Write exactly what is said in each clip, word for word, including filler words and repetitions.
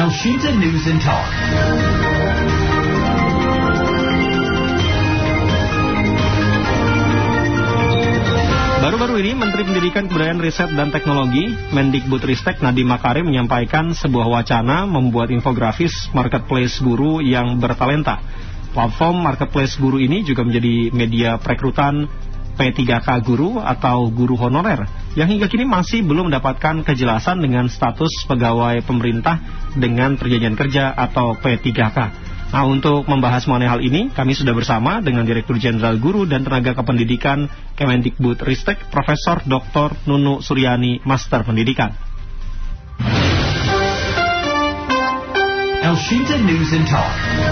Elshinta News and Talk. Baru-baru ini, Menteri Pendidikan, Kebudayaan, Riset, dan Teknologi, Mendikbudristek Nadiem Makarim menyampaikan sebuah wacana membuat infografis marketplace guru yang bertalenta. Platform marketplace guru ini juga menjadi media perekrutan P tiga K guru atau guru honorer yang hingga kini masih belum mendapatkan kejelasan dengan status pegawai pemerintah dengan perjanjian kerja atau P tiga K. Nah, untuk membahas mengenai hal ini, kami sudah bersama dengan Direktur Jenderal Guru dan Tenaga Kependidikan Kemendikbudristek, Profesor Doktor Nunu Suryani, Master Pendidikan. Elshinta News and Talk.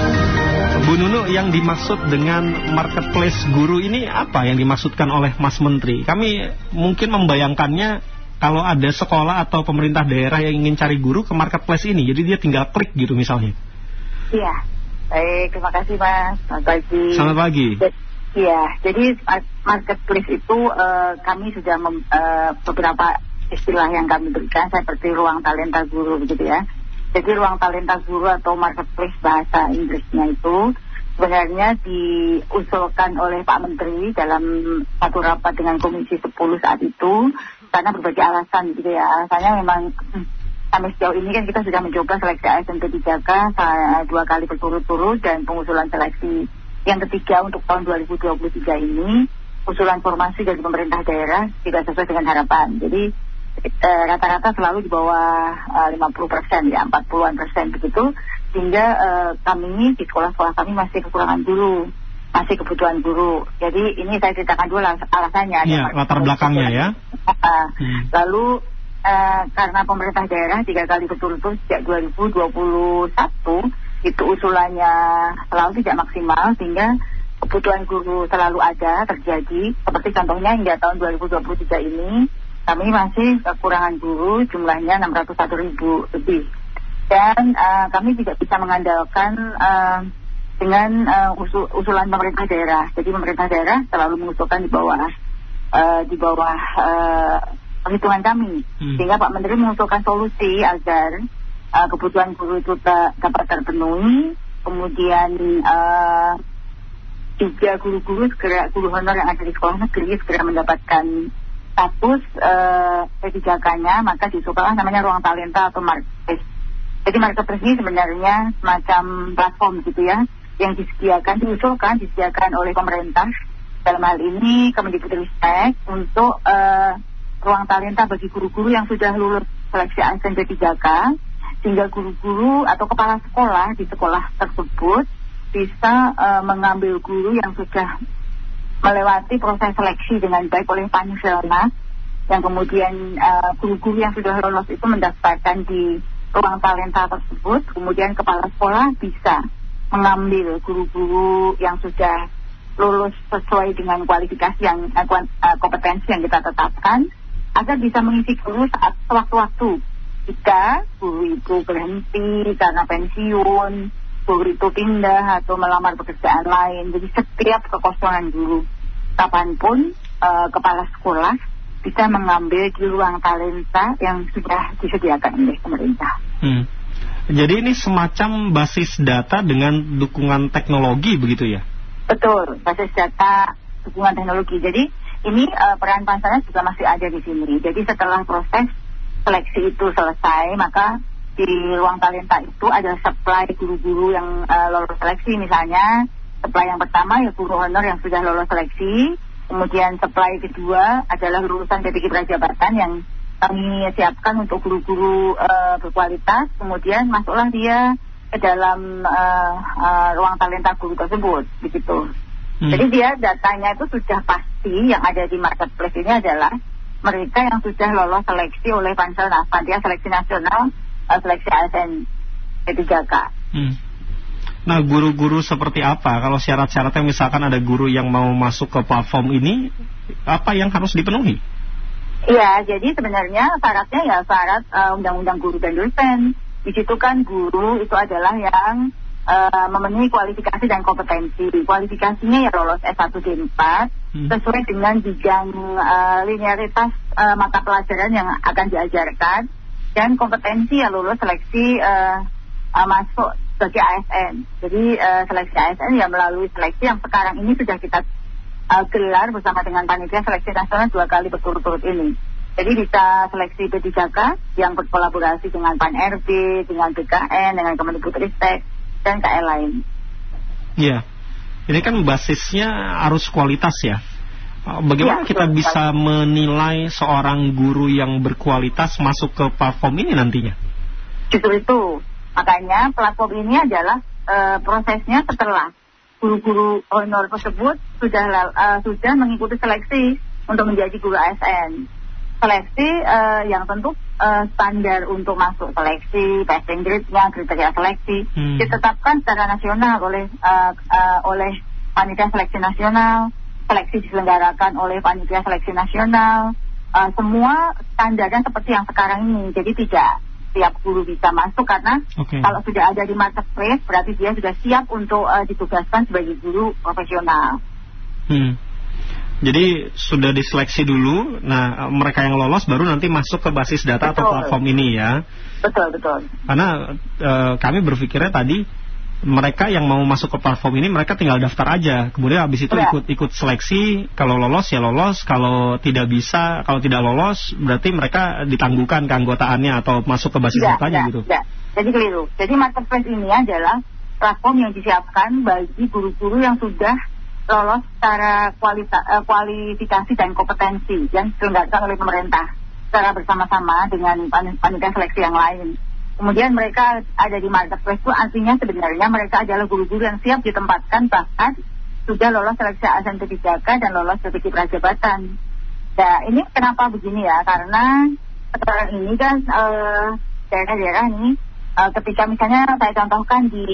Bu Nunu, yang dimaksud dengan marketplace guru ini apa yang dimaksudkan oleh Mas Menteri? Kami mungkin membayangkannya kalau ada sekolah atau pemerintah daerah yang ingin cari guru ke marketplace ini, jadi dia tinggal klik gitu misalnya. Iya. Baik, terima kasih Mas. Selamat pagi. Selamat pagi. Iya, jadi marketplace itu uh, kami sudah mem, uh, beberapa istilah yang kami berikan seperti ruang talenta guru begitu ya. Jadi ruang talenta guru atau marketplace bahasa Inggrisnya itu sebenarnya diusulkan oleh Pak Menteri dalam satu rapat dengan Komisi sepuluh saat itu karena berbagai alasan gitu ya. Alasannya memang sampai sejauh ini kan kita sudah mencoba seleksi A S N P tiga K dua kali berturut-turut dan pengusulan seleksi yang ketiga untuk tahun dua ribu dua puluh tiga ini usulan formasi dari pemerintah daerah tidak sesuai dengan harapan. Jadi eh, rata-rata selalu di bawah eh, lima puluh persen ya, empat puluhan persen begitu, sehingga eh, kami di sekolah-sekolah kami masih kekurangan guru, masih kebutuhan guru. Jadi ini saya ceritakan dulu alasannya. Iya, latar belakangnya ya. hmm. Lalu Uh, karena pemerintah daerah tiga kali berturut-turut sejak dua ribu dua puluh satu itu usulannya selalu tidak maksimal sehingga kebutuhan guru selalu ada terjadi. Seperti contohnya hingga tahun dua ribu dua puluh tiga ini kami masih kekurangan guru, jumlahnya enam ratus satu ribu lebih. Dan uh, kami tidak bisa mengandalkan uh, dengan uh, usul, usulan pemerintah daerah. Jadi pemerintah daerah selalu mengusulkan di bawah uh, di bawah uh, perhitungan kami, hmm. sehingga Pak Menteri mengusulkan solusi agar uh, kebutuhan guru itu ta- dapat terpenuhi, kemudian uh, juga guru-guru segera, guru honor yang ada di sekolah negeri segera mendapatkan status uh, P tiga K-nya, maka diusulkan namanya ruang talenta atau marketplace. Jadi marketplace ini sebenarnya semacam platform gitu ya, yang disediakan, diusulkan, disediakan oleh pemerintah, dalam hal ini Kemendikbudristek untuk uh, ruang talenta bagi guru-guru yang sudah lulus seleksi A S N P tiga K, sehingga guru-guru atau kepala sekolah di sekolah tersebut bisa uh, mengambil guru yang sudah melewati proses seleksi dengan baik oleh Pansel-Nas, yang kemudian uh, guru-guru yang sudah lolos itu mendaftarkan di ruang talenta tersebut, kemudian kepala sekolah bisa mengambil guru-guru yang sudah lulus sesuai dengan kualifikasi yang uh, kompetensi yang kita tetapkan, agar bisa mengisi guru saat sewaktu-waktu. Jika guru itu berhenti karena pensiun, guru itu pindah atau melamar pekerjaan lain. Jadi setiap kekosongan guru, kapanpun uh, kepala sekolah bisa mengambil di ruang talenta yang sudah disediakan oleh pemerintah. Hmm. Jadi ini semacam basis data dengan dukungan teknologi begitu ya? Betul, basis data dukungan teknologi. Jadi ini uh, peran Pansel-Nas juga masih ada di sini. Jadi setelah proses seleksi itu selesai, maka di ruang talenta itu ada supply guru-guru yang uh, lolos seleksi. Misalnya supply yang pertama ya guru honor yang sudah lolos seleksi, kemudian supply kedua adalah lulusan P T G Prajabatan yang kami siapkan untuk guru-guru uh, berkualitas, kemudian masuklah dia ke dalam uh, uh, ruang talenta guru tersebut, begitu. Hmm. Jadi dia datanya itu sudah pasti, yang ada di marketplace ini adalah mereka yang sudah lolos seleksi oleh Pansel-Nas, Panitia Seleksi Nasional, uh, Seleksi A S N P tiga K. Hmm. Nah, guru-guru seperti apa? Kalau syarat-syaratnya misalkan ada guru yang mau masuk ke platform ini, apa yang harus dipenuhi? Iya, jadi sebenarnya syaratnya ya syarat uh, Undang-Undang Guru dan Dosen. Di situ kan guru itu adalah yang uh, memenuhi kualifikasi dan kompetensi. Kualifikasinya ya lolos S satu D empat hmm. sesuai dengan bidang uh, linearitas uh, mata pelajaran yang akan diajarkan, dan kompetensi ya lulus seleksi uh, uh, masuk sebagai A S N. Jadi uh, seleksi A S N ya melalui seleksi yang sekarang ini sudah kita uh, gelar bersama dengan Panitia Seleksi Nasional dua kali berturut-turut ini. Jadi bisa seleksi P tiga K yang berkolaborasi dengan Pan R B, dengan B K N, dengan Kemendikbudristek, dan K L lain. Iya, ini kan basisnya harus kualitas ya. Bagaimana ya, kita betul, bisa betul. menilai seorang guru yang berkualitas masuk ke platform ini nantinya? Justru itu, makanya platform ini adalah uh, prosesnya setelah guru-guru honor tersebut sudah uh, sudah mengikuti seleksi untuk menjadi guru A S N. Seleksi uh, yang tentu uh, standar untuk masuk seleksi, passing grade-nya, kriteria seleksi hmm. ditetapkan secara nasional oleh uh, uh, oleh Panitia Seleksi Nasional, seleksi diselenggarakan oleh Panitia Seleksi Nasional, uh, semua standarnya seperti yang sekarang ini. Jadi tidak setiap guru bisa masuk karena okay. kalau sudah ada di marketplace berarti dia sudah siap untuk uh, ditugaskan sebagai guru profesional. Hmm. Jadi sudah diseleksi dulu, nah mereka yang lolos baru nanti masuk ke basis data betul. atau platform ini ya. Betul, betul. Karena e, kami berpikirnya tadi mereka yang mau masuk ke platform ini mereka tinggal daftar aja, kemudian habis itu ya. ikut ikut seleksi, kalau lolos ya lolos, kalau tidak bisa, kalau tidak lolos berarti mereka ditangguhkan keanggotaannya atau masuk ke basis ya, datanya ya, gitu. Ya. Jadi keliru. Jadi marketplace ini adalah platform yang disiapkan bagi guru-guru yang sudah lolos secara kualita, uh, kualifikasi dan kompetensi yang diselenggarakan oleh pemerintah secara bersama-sama dengan pan- panitia seleksi yang lain. Kemudian mereka ada di marketplace itu artinya sebenarnya mereka adalah guru-guru yang siap ditempatkan bahkan sudah lolos seleksi A S N P tiga K dan lolos B P J Prajabatan. Nah ini kenapa begini ya, karena sekarang ini kan uh, daerah-daerah ini uh, ketika misalnya saya contohkan di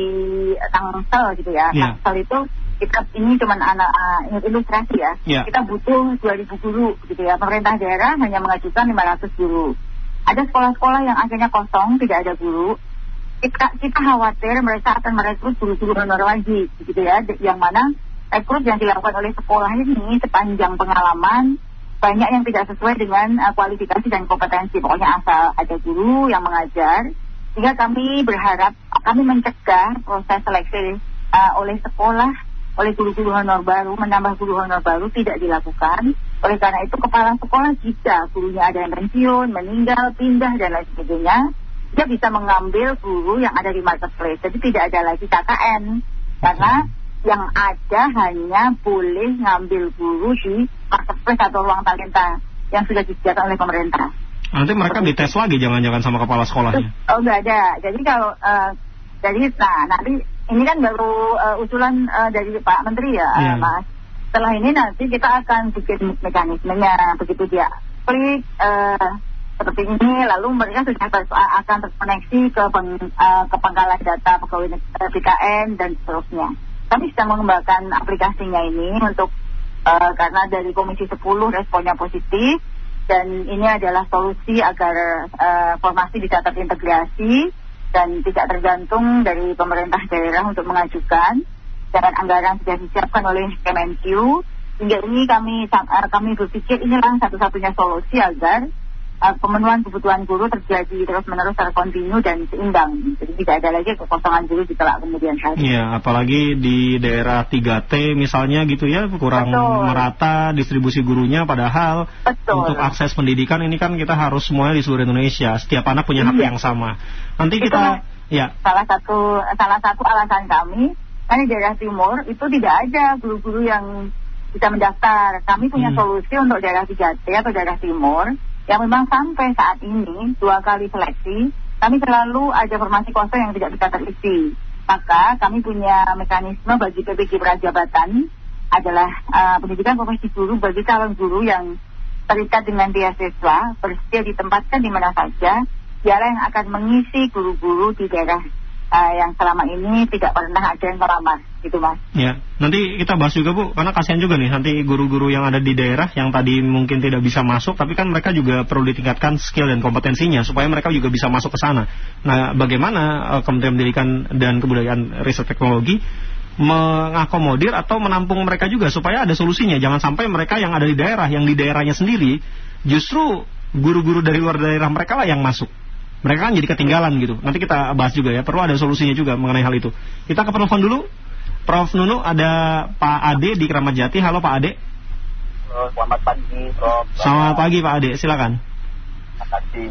Tangsel gitu ya, yeah. Tangsel itu kita ini cuma anak uh, ilustrasi ya. Yeah. Kita butuh dua ribu guru gitu ya. Pemerintah daerah hanya mengajukan lima ratus guru. Ada sekolah-sekolah yang akhirnya kosong, tidak ada guru. Kita, kita khawatir mereka akan merekrut guru-guru honor lagi gitu ya. Yang mana rekrut yang dilakukan oleh sekolah ini sepanjang pengalaman banyak yang tidak sesuai dengan uh, kualifikasi dan kompetensi. Pokoknya asal ada guru yang mengajar. Sehingga kami berharap kami mencegah proses seleksi uh, oleh sekolah oleh guru-guru honor baru, menambah guru honor baru tidak dilakukan. Oleh karena itu kepala sekolah jika gurunya ada yang pensiun, meninggal, pindah dan lain sebagainya, dia bisa mengambil guru yang ada di marketplace. Jadi tidak ada lagi K K N karena yang ada hanya boleh ngambil guru di marketplace atau ruang talenta yang sudah disediakan oleh pemerintah. Nanti mereka Seperti dites lagi jangan-jangan sama kepala sekolahnya? Oh enggak ada. Jadi kalau uh, jadi nah nanti ini kan baru uh, usulan uh, dari Pak Menteri ya, yeah. Mas. Setelah ini nanti kita akan bikin mekanismenya, begitu dia klik uh, seperti ini, lalu mereka sudah akan terkoneksi ke peng, uh, ke pangkalan data pegawai B K N dan seterusnya. Kami sedang mengembangkan aplikasinya ini untuk uh, karena dari Komisi sepuluh responnya positif dan ini adalah solusi agar uh, formasi bisa terintegrasi dan tidak tergantung dari pemerintah daerah untuk mengajukan. Dan anggaran sudah disiapkan oleh Kemenkyu. Hingga ini kami kami berpikir inilah satu-satunya solusi agar uh, pemenuhan kebutuhan guru terjadi terus-menerus secara kontinu dan seimbang. Jadi tidak ada lagi kekosongan guru di kelak kemudian hari. Iya, apalagi di daerah tiga T misalnya gitu ya, kurang Betul. merata distribusi gurunya, padahal Betul. untuk akses pendidikan ini kan kita harus semuanya di seluruh Indonesia. Setiap anak punya hak iya. yang sama. Nanti Itu kita ya salah satu salah satu alasan kami karena di daerah timur itu tidak ada guru-guru yang bisa mendaftar. Kami punya hmm. solusi untuk daerah tiga T atau daerah timur yang memang sampai saat ini dua kali seleksi kami selalu ada formasi kosong yang tidak bisa terisi. Maka kami punya mekanisme bagi P P J Prajabatan adalah uh, pendidikan profesi guru bagi calon guru yang terikat dengan beasiswa bersedia ditempatkan di mana saja. Dialah yang akan mengisi guru-guru di daerah uh, yang selama ini tidak pernah ada yang melamar, gitu Mas. Ya, nanti kita bahas juga Bu, karena kasihan juga nih nanti guru-guru yang ada di daerah yang tadi mungkin tidak bisa masuk, tapi kan mereka juga perlu ditingkatkan skill dan kompetensinya supaya mereka juga bisa masuk ke sana. Nah, bagaimana uh, Kementerian Pendidikan dan Kebudayaan Riset Teknologi mengakomodir atau menampung mereka juga supaya ada solusinya, jangan sampai mereka yang ada di daerah, yang di daerahnya sendiri justru guru-guru dari luar daerah mereka lah yang masuk. Mereka kan jadi ketinggalan gitu. Nanti kita bahas juga ya, perlu ada solusinya juga mengenai hal itu. Kita ke penelpon dulu. Prof Nunu, ada Pak Ade di Kramat Jati. Halo Pak Ade. Halo, selamat pagi Prof. Selamat pagi Pak Ade, silakan. Terima kasih.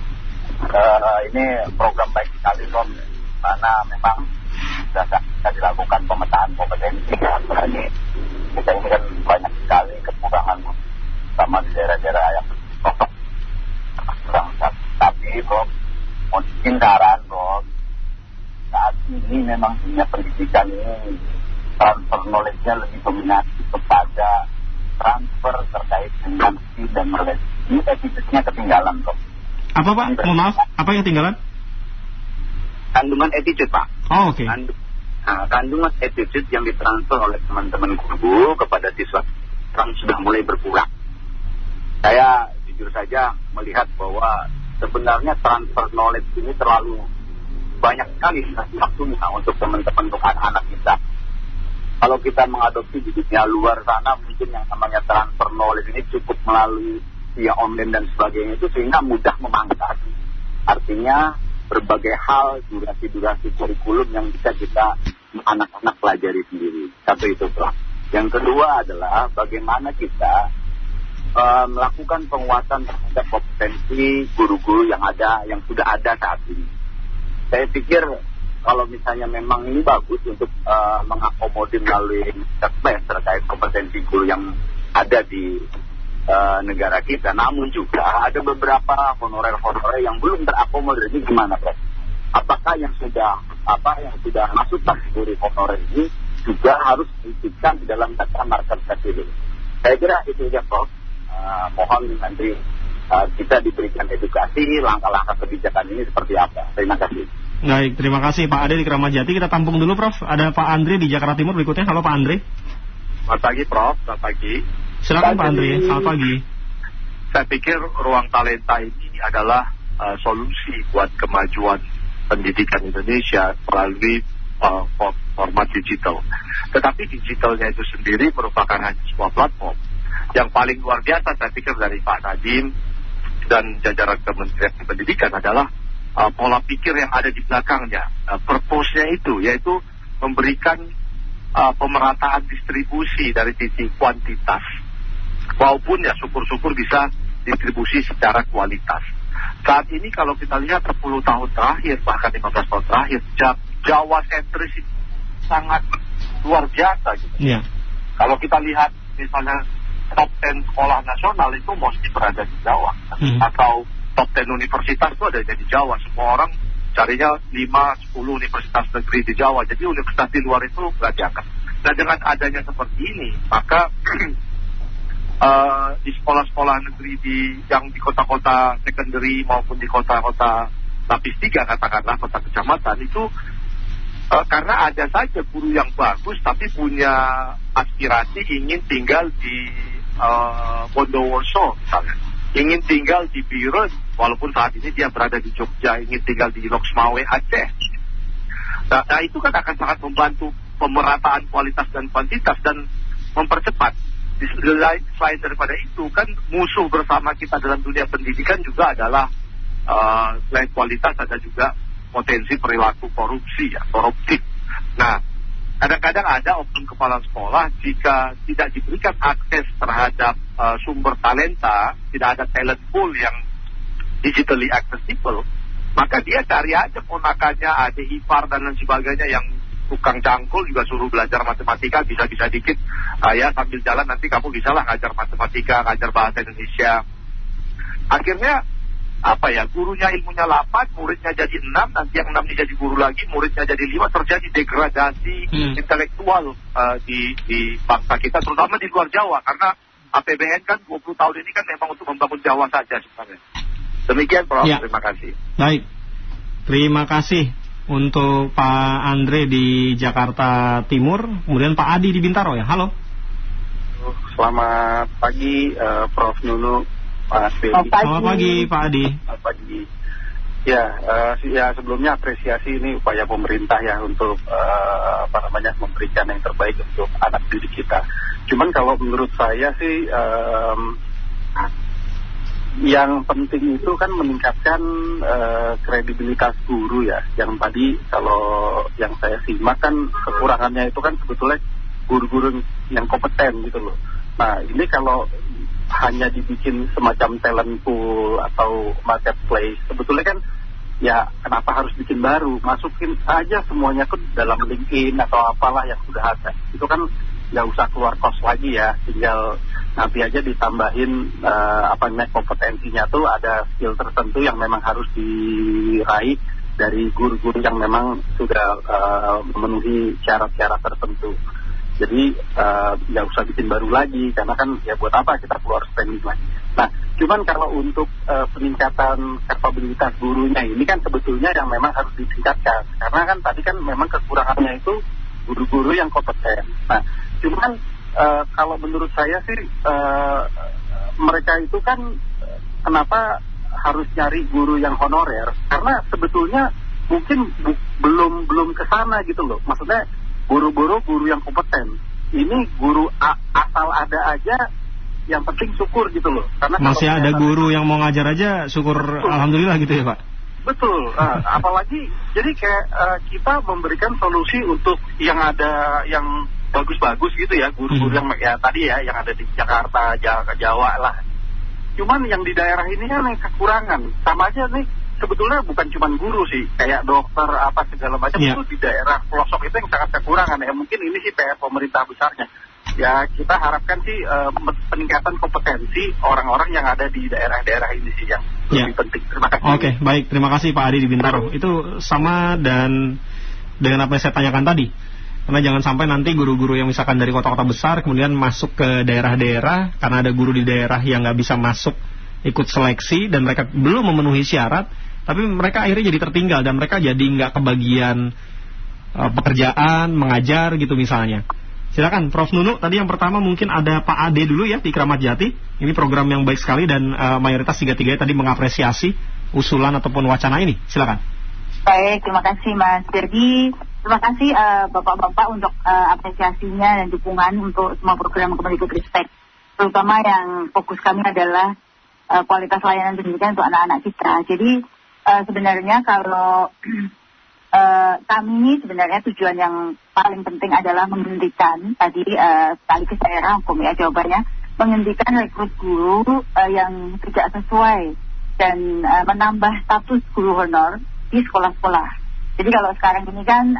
Uh, ini program baik sekali Prof. Karena memang sudah bisa dilakukan pemetaan kompetensi. Apalagi kita ini kan banyak sekali kekurangan sama di daerah-daerah yang sosok kurang. Tapi Prof, mungkin saran Prof, saat ini memang dunia pendidikan ini transfer knowledge-nya lebih dominasi kepada transfer terkait dengan si dan relasi. Ini attitude-nya ketinggalan Prof. Apa Pak? Mohon maaf, apa yang ketinggalan? Kandungan attitude Pak. Oh oke. Okay. Kandung, nah, kandungan attitude yang ditransfer oleh teman-teman guru kepada siswa kan sudah mulai berkurang. Saya jujur saja melihat bahwa sebenarnya transfer knowledge ini terlalu banyak sekali waktunya untuk teman-teman, untuk anak-anak kita. Kalau kita mengadopsi di dunia luar sana, mungkin yang namanya transfer knowledge ini cukup melalui via online dan sebagainya itu sehingga mudah memangkas. Artinya berbagai hal, durasi-durasi kurikulum yang bisa kita anak-anak pelajari sendiri. Satu itu Prof. Yang kedua adalah bagaimana kita uh, melakukan penguatan terhadap kompetensi guru-guru yang ada, yang sudah ada saat ini. Saya pikir kalau misalnya memang ini bagus untuk uh, mengakomodir melalui tes terkait kompetensi guru yang ada di uh, negara kita, namun juga ada beberapa honorer-honorer yang belum terakomodir. Ini gimana Prof? Apakah yang sudah apa yang sudah masuk kategori honorer ini juga harus diikutkan di dalam data market category? Saya kira itu saja Prof. Uh, mohon nanti uh, kita diberikan edukasi langkah-langkah kebijakan ini seperti apa. Terima kasih. Baik, terima kasih Pak Ade di Kramat Jati. Kita tampung dulu Prof. Ada Pak Andre di Jakarta Timur berikutnya. Halo Pak Andre. Selamat pagi Prof. Selamat pagi. Silakan Pak Andre. Selamat pagi. Saya pikir ruang talenta ini adalah uh, solusi buat kemajuan pendidikan Indonesia melalui uh, format digital. Tetapi digitalnya itu sendiri merupakan hanya sebuah platform. Yang paling luar biasa saya pikir dari Pak Nadiem dan jajaran Kementerian Pendidikan adalah uh, pola pikir yang ada di belakangnya. Uh, purpose-nya itu yaitu memberikan uh, pemerataan distribusi dari sisi kuantitas maupun ya syukur-syukur bisa distribusi secara kualitas. Saat ini kalau kita lihat sepuluh tahun terakhir, bahkan lima belas tahun terakhir, Jawa sentris itu sangat luar biasa gitu. Yeah. Kalau kita lihat misalnya top sepuluh sekolah nasional itu mesti berada di Jawa. Mm-hmm. Atau top sepuluh universitas itu ada di Jawa. Semua orang carinya lima sepuluh universitas negeri di Jawa. Jadi universitas di luar itu nggak diangkat. Nah dengan adanya seperti ini, maka Uh, di sekolah-sekolah negeri di yang di kota-kota secondary maupun di kota-kota lapis tiga katakanlah kota kecamatan itu uh, karena ada saja guru yang bagus tapi punya aspirasi ingin tinggal di uh, Bondowoso misalnya, ingin tinggal di Biren walaupun saat ini dia berada di Jogja, ingin tinggal di Loksmawe Aceh. Nah, nah itu kan akan sangat membantu pemerataan kualitas dan kuantitas dan mempercepat. Selain daripada itu kan musuh bersama kita dalam dunia pendidikan juga adalah uh, selain kualitas ada juga potensi perilaku korupsi ya, koruptif. Nah, kadang-kadang ada oknum kepala sekolah jika tidak diberikan akses terhadap uh, sumber talenta, tidak ada talent pool yang digitally accessible, maka dia cari aja ponakannya, adik ipar dan lain sebagainya yang tukang cangkul juga suruh belajar matematika, bisa-bisa dikit uh, ya sambil jalan nanti kamu bisa lah ngajar matematika, ngajar bahasa Indonesia. Akhirnya apa ya, gurunya ilmunya delapan, muridnya jadi enam, nanti yang enam ini jadi guru lagi, muridnya jadi lima, terjadi degradasi hmm. intelektual uh, di, di bangsa kita, terutama di luar Jawa, karena A P B N kan dua puluh tahun ini kan memang untuk membangun Jawa saja sebenarnya. Demikian Prof, ya. Terima kasih. Baik, terima kasih untuk Pak Andre di Jakarta Timur, kemudian Pak Adi di Bintaro ya. Halo. Selamat pagi uh, Prof Nunu, Pak Asfi. Selamat pagi Pak Adi. Selamat pagi. Ya, uh, ya sebelumnya apresiasi ini upaya pemerintah ya untuk uh, apa namanya memberikan yang terbaik untuk anak didik kita. Cuman kalau menurut saya sih um, yang penting itu kan meningkatkan uh, kredibilitas guru ya. Yang tadi kalau yang saya simak kan kekurangannya itu kan sebetulnya guru-guru yang kompeten gitu loh. Nah ini kalau hanya dibikin semacam talent pool atau marketplace, sebetulnya kan ya kenapa harus bikin baru? Masukin aja semuanya ke dalam LinkedIn atau apalah yang sudah ada. Itu kan nggak usah keluar kos lagi ya, tinggal nanti aja ditambahin uh, apa namanya kompetensinya tuh ada skill tertentu yang memang harus diraih dari guru-guru yang memang sudah uh, memenuhi syarat-syarat tertentu. Jadi nggak uh, usah bikin baru lagi, karena kan ya buat apa kita keluar spending lagi. Nah, cuman kalau untuk uh, peningkatan kapabilitas gurunya ini kan sebetulnya yang memang harus ditingkatkan, karena kan tadi kan memang kekurangannya itu guru-guru yang kompeten. Nah, cuman uh, kalau menurut saya sih uh, mereka itu kan kenapa harus nyari guru yang honorer? Karena sebetulnya mungkin bu- belum belum ke sana gitu loh. Maksudnya guru-guru guru yang kompeten. Ini guru a- asal ada aja, yang penting syukur gitu loh. Karena masih ada guru yang mau ngajar aja, syukur betul. Alhamdulillah gitu ya Pak. Betul. Uh, apalagi jadi kayak uh, kita memberikan solusi untuk yang ada yang bagus-bagus gitu ya, guru-guru hmm. yang ya tadi ya yang ada di Jakarta, Jawa, Jawa lah. Cuman yang di daerah ini kan yang kekurangan. Sama aja nih. Sebetulnya bukan cuma guru sih, kayak dokter apa segala macam yeah. itu di daerah pelosok itu yang sangat kekurangan ya. Mungkin ini sih P R pemerintah besarnya. Ya kita harapkan sih uh, peningkatan kompetensi orang-orang yang ada di daerah-daerah ini sih yang yeah. lebih penting. Terima kasih. Oke, okay, baik. Terima kasih Pak Adi di Bintaro. Itu sama dan dengan apa yang saya tanyakan tadi. Karena jangan sampai nanti guru-guru yang misalkan dari kota-kota besar kemudian masuk ke daerah-daerah karena ada guru di daerah yang nggak bisa masuk ikut seleksi dan mereka belum memenuhi syarat. Tapi mereka akhirnya jadi tertinggal dan mereka jadi nggak kebagian uh, pekerjaan, mengajar gitu misalnya. Silakan Prof Nunu, tadi yang pertama mungkin ada Pak Ade dulu ya di Kramat Jati. Ini program yang baik sekali dan uh, mayoritas tiga-tiganya tadi mengapresiasi usulan ataupun wacana ini. Silakan. Baik, terima kasih Mas. Jadi terima kasih uh, Bapak-Bapak untuk uh, apresiasinya dan dukungan untuk semua program Kemendikbudristek. Terutama yang fokus kami adalah uh, kualitas layanan pendidikan untuk anak-anak kita. Jadi Uh, sebenarnya kalau uh, kami ini sebenarnya tujuan yang paling penting adalah menghentikan tadi uh, sekaligus daerah hukum ya jawabannya, menghentikan rekrut guru uh, yang tidak sesuai dan uh, menambah status guru honor di sekolah-sekolah. Jadi kalau sekarang ini kan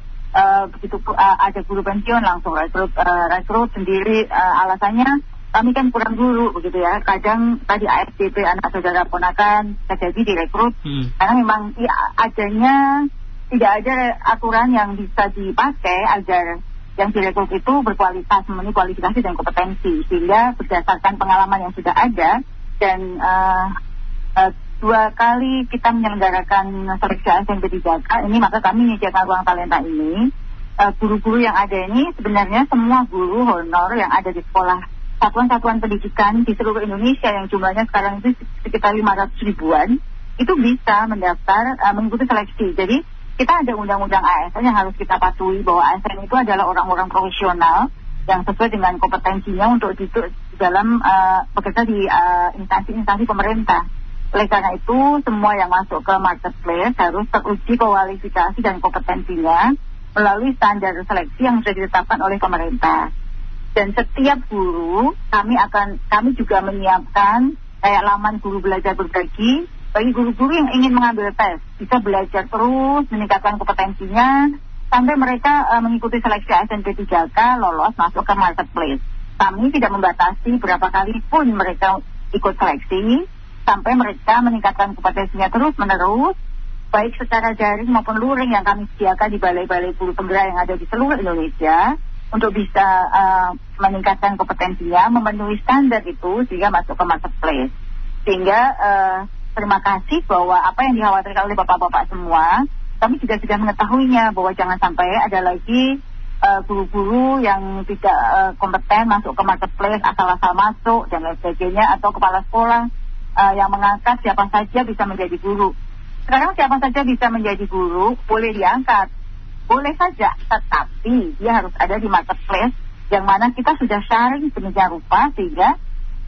uh, begitu uh, ada guru pensiun langsung rekrut uh, rekrut sendiri, uh, alasannya kami kan kurang guru begitu ya. Kadang tadi A S D P anak saudara ponakan jadi direkrut hmm. karena memang ya, adanya tidak ada aturan yang bisa dipakai agar yang direkrut itu berkualitas, memenuhi kualifikasi dan kompetensi, sehingga berdasarkan pengalaman yang sudah ada dan uh, uh, dua kali kita menyelenggarakan seleksi A S N P tiga K ini, maka kami menyediakan ruang talenta ini. Uh, guru-guru yang ada ini sebenarnya semua guru honor yang ada di sekolah satuan-satuan pendidikan di seluruh Indonesia yang jumlahnya sekarang itu sekitar lima ratus ribuan, itu bisa mendaftar uh, mengikuti seleksi. Jadi kita ada undang-undang A S N yang harus kita patuhi bahwa A S N itu adalah orang-orang profesional yang sesuai dengan kompetensinya untuk di dalam uh, bekerja di uh, instansi-instansi pemerintah. Oleh karena itu semua yang masuk ke marketplace harus teruji kualifikasi dan kompetensinya melalui standar seleksi yang sudah ditetapkan oleh pemerintah. Dan setiap guru kami akan kami juga menyiapkan kayak laman guru belajar berbagi bagi guru-guru yang ingin mengambil tes, bisa belajar terus meningkatkan kompetensinya sampai mereka uh, mengikuti seleksi A S N P tiga K lolos masuk ke marketplace. Kami tidak membatasi berapa kali pun mereka ikut seleksi sampai mereka meningkatkan kompetensinya terus menerus, baik secara daring maupun luring yang kami sediakan di balai-balai guru penggerak yang ada di seluruh Indonesia, untuk bisa uh, meningkatkan kompetensinya, memenuhi standar itu sehingga masuk ke marketplace. Sehingga uh, terima kasih bahwa apa yang dikhawatirkan oleh bapak-bapak semua, kami juga sudah mengetahuinya bahwa jangan sampai ada lagi uh, guru-guru yang tidak uh, kompeten masuk ke marketplace, asal-asal masuk dan lain sebagainya, atau kepala sekolah uh, yang mengangkat siapa saja bisa menjadi guru. Sekarang siapa saja bisa menjadi guru, boleh diangkat. Boleh saja, tetapi dia harus ada di marketplace yang mana kita sudah sharing sedemikian rupa sehingga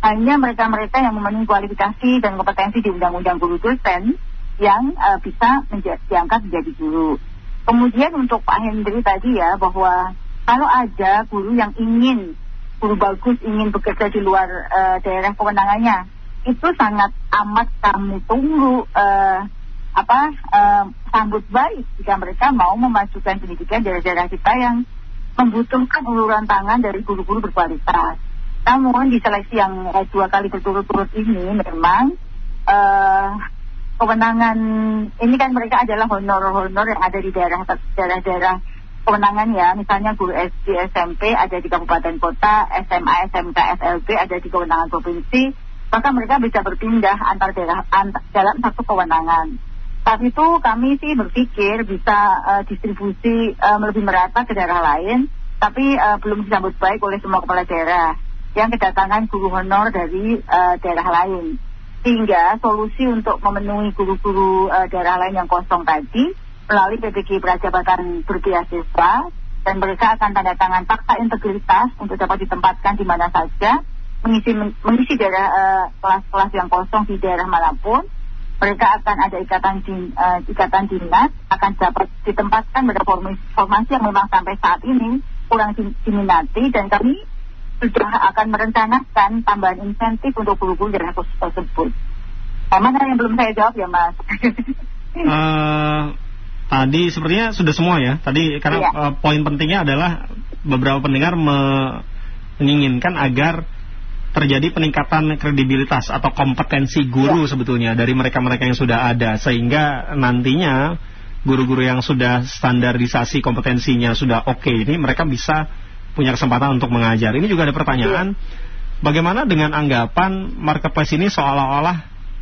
hanya mereka-mereka yang memenuhi kualifikasi dan kompetensi di Undang-Undang Guru Dosen yang uh, bisa menja- diangkat menjadi guru. Kemudian untuk Pak Hendri tadi ya, bahwa kalau ada guru yang ingin, guru bagus ingin bekerja di luar uh, daerah kewenangannya, itu sangat amat kami tunggu uh, apa uh, sambut baik jika mereka mau memajukan pendidikan daerah-daerah kita yang membutuhkan uluran tangan dari guru-guru berkualitas. Namun di seleksi yang uh, dua kali berturut-turut ini memang uh, kewenangan ini kan mereka adalah honor-honor yang ada di daerah daerah-daerah kewenangan ya, misalnya guru S D S M P ada di kabupaten kota, S M A S M K S L B ada di kewenangan provinsi, maka mereka bisa berpindah antar daerah antar, dalam satu kewenangan. Saat itu kami sih berpikir bisa uh, distribusi uh, lebih merata ke daerah lain, tapi uh, belum disambut baik oleh semua kepala daerah yang kedatangan guru honor dari uh, daerah lain. Sehingga solusi untuk memenuhi guru-guru uh, daerah lain yang kosong tadi melalui P P G Prajabatan Berbeasiswa, dan mereka akan tanda tangan fakta integritas untuk dapat ditempatkan di mana saja, mengisi mengisi daerah uh, kelas-kelas yang kosong di daerah manapun. Mereka akan ada ikatan din, uh, ikatan dinas, akan dapat ditempatkan pada formasi yang memang sampai saat ini kurang diminati, dan kami sudah akan merencanakan tambahan insentif untuk guru-guru daerah khusus tersebut. Mana yang belum saya jawab ya Mas? uh, tadi sepertinya sudah semua ya. Tadi karena iya. uh, poin pentingnya adalah beberapa pendengar menginginkan agar terjadi peningkatan kredibilitas atau kompetensi guru ya. Sebetulnya dari mereka-mereka yang sudah ada, sehingga nantinya guru-guru yang sudah standarisasi kompetensinya sudah oke okay, ini mereka bisa punya kesempatan untuk mengajar. Ini juga ada pertanyaan, ya. Bagaimana dengan anggapan marketplace ini seolah-olah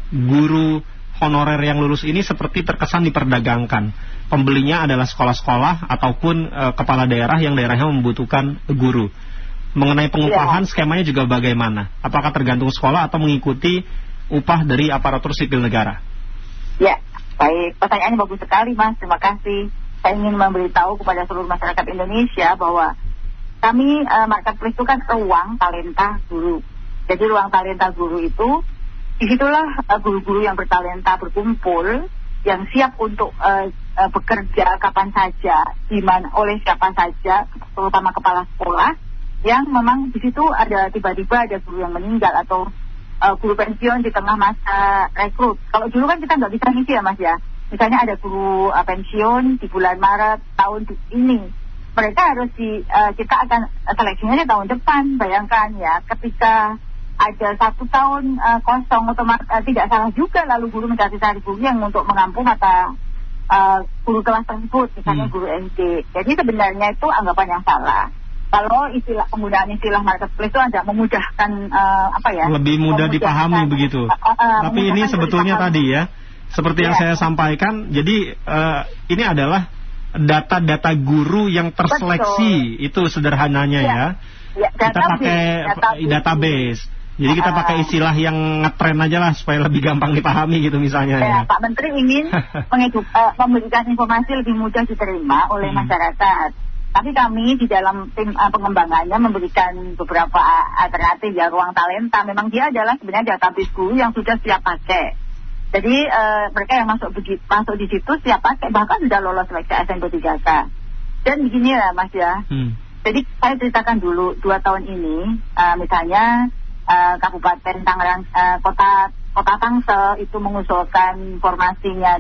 guru honorer yang lulus ini seperti terkesan diperdagangkan. Pembelinya adalah sekolah-sekolah ataupun e, kepala daerah yang daerahnya membutuhkan guru. Mengenai pengupahan, ya. Skemanya juga bagaimana? Apakah tergantung sekolah atau mengikuti upah dari aparatur sipil negara? Ya, baik. Pertanyaannya bagus sekali Mas, terima kasih. Saya ingin memberitahu kepada seluruh masyarakat Indonesia bahwa kami uh, marketplace itu kan ruang talenta guru. Jadi ruang talenta guru itu, disitulah uh, guru-guru yang bertalenta berkumpul, yang siap untuk uh, uh, bekerja kapan saja, dimana oleh siapa saja, terutama kepala sekolah, yang memang di situ ada tiba-tiba ada guru yang meninggal atau uh, guru pensiun di tengah masa rekrut. Kalau dulu kan kita nggak bisa ngisi ya Mas ya. Misalnya ada guru uh, pensiun di bulan Maret tahun ini. Mereka harus di, uh, kita akan uh, seleksinya di tahun depan. Bayangkan ya, ketika ada satu tahun uh, kosong, otomatis uh, tidak salah juga lalu guru mencari-cari guru yang untuk mengampu mata uh, guru kelas tersebut, misalnya hmm. guru S D. Jadi sebenarnya itu anggapan yang salah. Kalau istilah penggunaan istilah marketplace itu ada memudahkan uh, apa ya? Lebih mudah dipahami begitu. Uh, uh, Tapi ini sebetulnya tadi ya, seperti yeah. yang saya sampaikan, jadi uh, ini adalah data-data guru yang terseleksi. Betul. Itu sederhananya yeah. ya. ya kita pakai database. database. Jadi kita pakai istilah yang ngetren aja lah supaya lebih gampang dipahami gitu misalnya. Ya, ya. Pak Menteri ingin mengeduk, uh, memberikan informasi lebih mudah diterima oleh hmm. masyarakat. Tapi kami di dalam tim uh, pengembangannya memberikan beberapa alternatif ya, ruang talenta. Memang dia adalah sebenarnya database guru yang sudah siap pakai. Jadi uh, mereka yang masuk begitu, masuk di situ siap pakai, bahkan sudah lolos seleksi S M P tiga K. Dan begini ya Mas ya. Hmm. Jadi saya ceritakan dulu dua tahun ini, uh, misalnya uh, Kabupaten Tangerang, uh, kota kota Tangsel itu mengusulkan formasinya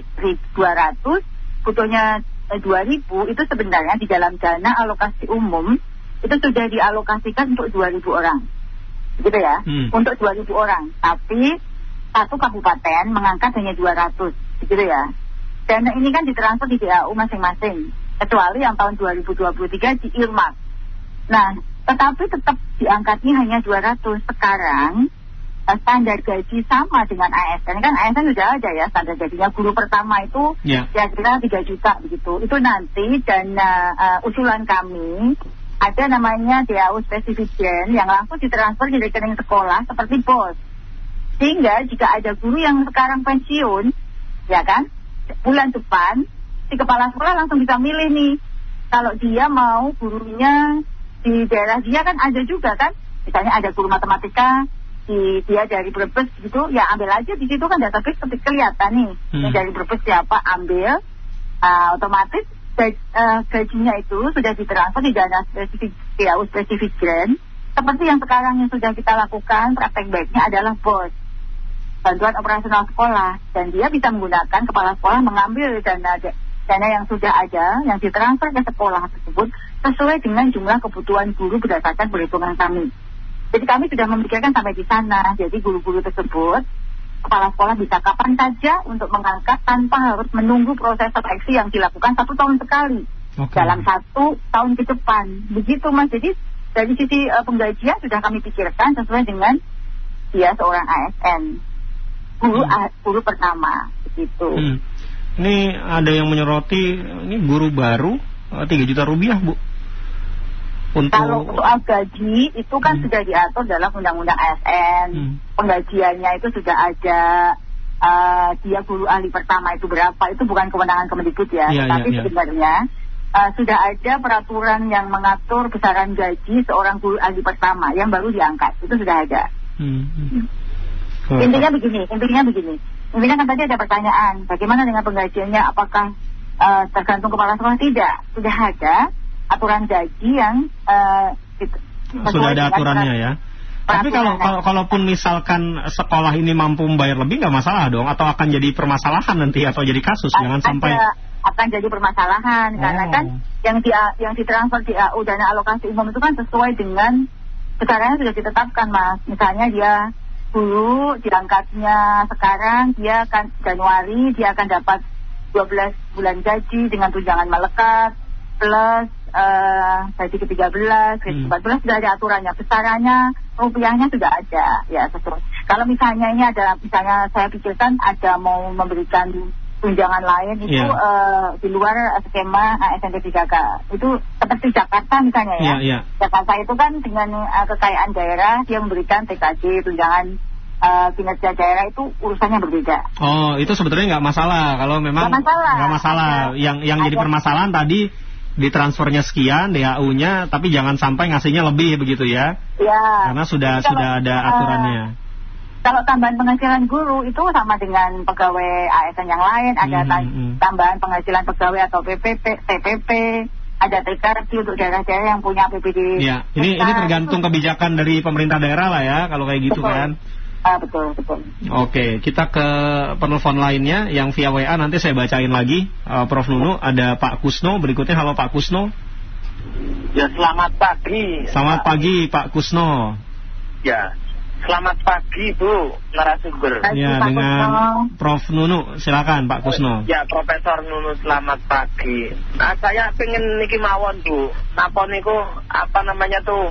dua ratus, butuhnya dua ribu, itu sebenarnya di dalam dana alokasi umum itu sudah dialokasikan untuk dua ribu orang gitu ya, hmm. untuk dua ribu orang, tapi satu kabupaten mengangkat hanya dua ratus gitu ya. Dana ini kan ditransfer di D A U masing-masing, kecuali yang tahun dua ribu dua puluh tiga di earmark. Nah, tetapi tetap diangkatnya hanya dua ratus. Sekarang standar gaji sama dengan A S N. Kan A S N sudah ada ya standar gajinya. Guru pertama itu yeah. kira-kira tiga juta begitu. Itu nanti dana uh, usulan kami ada namanya D A U spesifik gen yang langsung ditransfer di rekening sekolah seperti B O S. Sehingga jika ada guru yang sekarang pensiun, ya kan, bulan depan si kepala sekolah langsung bisa milih nih. Kalau dia mau gurunya di daerah dia kan ada juga kan. Misalnya ada guru matematika si dia dari Brebes gitu, ya ambil aja di situ kan database seperti kelihatan nih, hmm. yang dari Brebes siapa ambil, uh, otomatis gaj, uh, gajinya itu sudah ditransfer di dana spesifik P A U spesifik grant, seperti yang sekarang yang sudah kita lakukan praktek baiknya adalah B O S, bantuan operasional sekolah, dan dia bisa menggunakan kepala sekolah mengambil dana dana yang sudah ada yang ditransfer ke sekolah tersebut sesuai dengan jumlah kebutuhan guru berdasarkan perhitungan kami. Jadi kami sudah memikirkan sampai di sana. Jadi guru-guru tersebut, kepala sekolah bisa kapan saja untuk mengangkat tanpa harus menunggu proses seleksi yang dilakukan satu tahun sekali. Okay. Dalam satu tahun ke depan. Begitu Mas. Jadi dari sisi uh, penggajian sudah kami pikirkan sesuai dengan dia seorang A S N. Guru, hmm. uh, guru pertama. Begitu. Hmm. Ini ada yang menyoroti, ini guru baru tiga juta rupiah Bu. Untuk... Kalau soal gaji itu kan hmm. sudah diatur dalam undang-undang A S N, hmm. penggajiannya itu sudah ada, uh, dia guru ahli pertama itu berapa, itu bukan kewenangan Kemendikbud ya, ya tapi ya, ya. sebenarnya uh, sudah ada peraturan yang mengatur besaran gaji seorang guru ahli pertama yang baru diangkat, itu sudah ada. Hmm. Hmm. Oh, intinya begini, intinya begini, intinya kan tadi ada pertanyaan, bagaimana dengan penggajiannya, apakah uh, tergantung kepala sekolah? Tidak, sudah ada aturan gaji yang uh, itu, sudah ada aturannya ya. Tapi kalau, kalau kalaupun misalkan sekolah ini mampu membayar lebih nggak masalah dong, atau akan jadi permasalahan nanti atau jadi kasus, A- jangan sampai akan jadi permasalahan oh. karena kan yang di yang ditransfer di A U dana alokasi umum itu kan sesuai dengan besarannya sudah ditetapkan Mas. Misalnya dia dulu diangkatnya sekarang dia akan Januari dia akan dapat dua belas bulan gaji dengan tunjangan melekat plus uh, gaji ke tiga belas, gaji ke empat belas sudah ada aturannya, besarannya, rupiahnya sudah ada, ya sesuai. Kalau misalnya ini ada, misalnya saya pikirkan ada mau memberikan tunjangan lain itu yeah. uh, di luar skema A S N P tiga K, itu seperti Jakarta misalnya ya, yeah, yeah. Jakarta itu kan dengan uh, kekayaan daerah dia memberikan T K J, tunjangan uh, kinerja daerah itu urusannya berbeda. Oh, itu sebetulnya nggak masalah kalau memang nggak masalah. Nggak masalah. Ada, yang yang ada, jadi permasalahan tadi ditransfernya sekian D A U-nya, tapi jangan sampai ngasihnya lebih begitu ya? Ya. Karena sudah kalau, sudah ada aturannya. Uh, kalau tambahan penghasilan guru itu sama dengan pegawai A S N yang lain, ada hmm, hmm. tambahan penghasilan pegawai atau P P P, T P P, ada T K R T untuk daerah-daerah yang punya A P B D. Ya, ini ini tergantung kebijakan dari pemerintah daerah lah ya, kalau kayak gitu. Betul. Kan. Ah, betul, betul. Oke, kita ke penelpon lainnya yang via W A nanti saya bacain lagi. uh, Prof Nunu, ada Pak Kusno berikutnya. Halo Pak Kusno. Ya, selamat pagi. Selamat pagi Pak Kusno. Ya, selamat pagi Bu narasumber. Ya, Pak dengan Kusno. Prof Nunu, silakan Pak Kusno. Ya, Profesor Nunu, selamat pagi. Nah, saya pengen niki mawon Bu. Napa niku apa namanya tuh?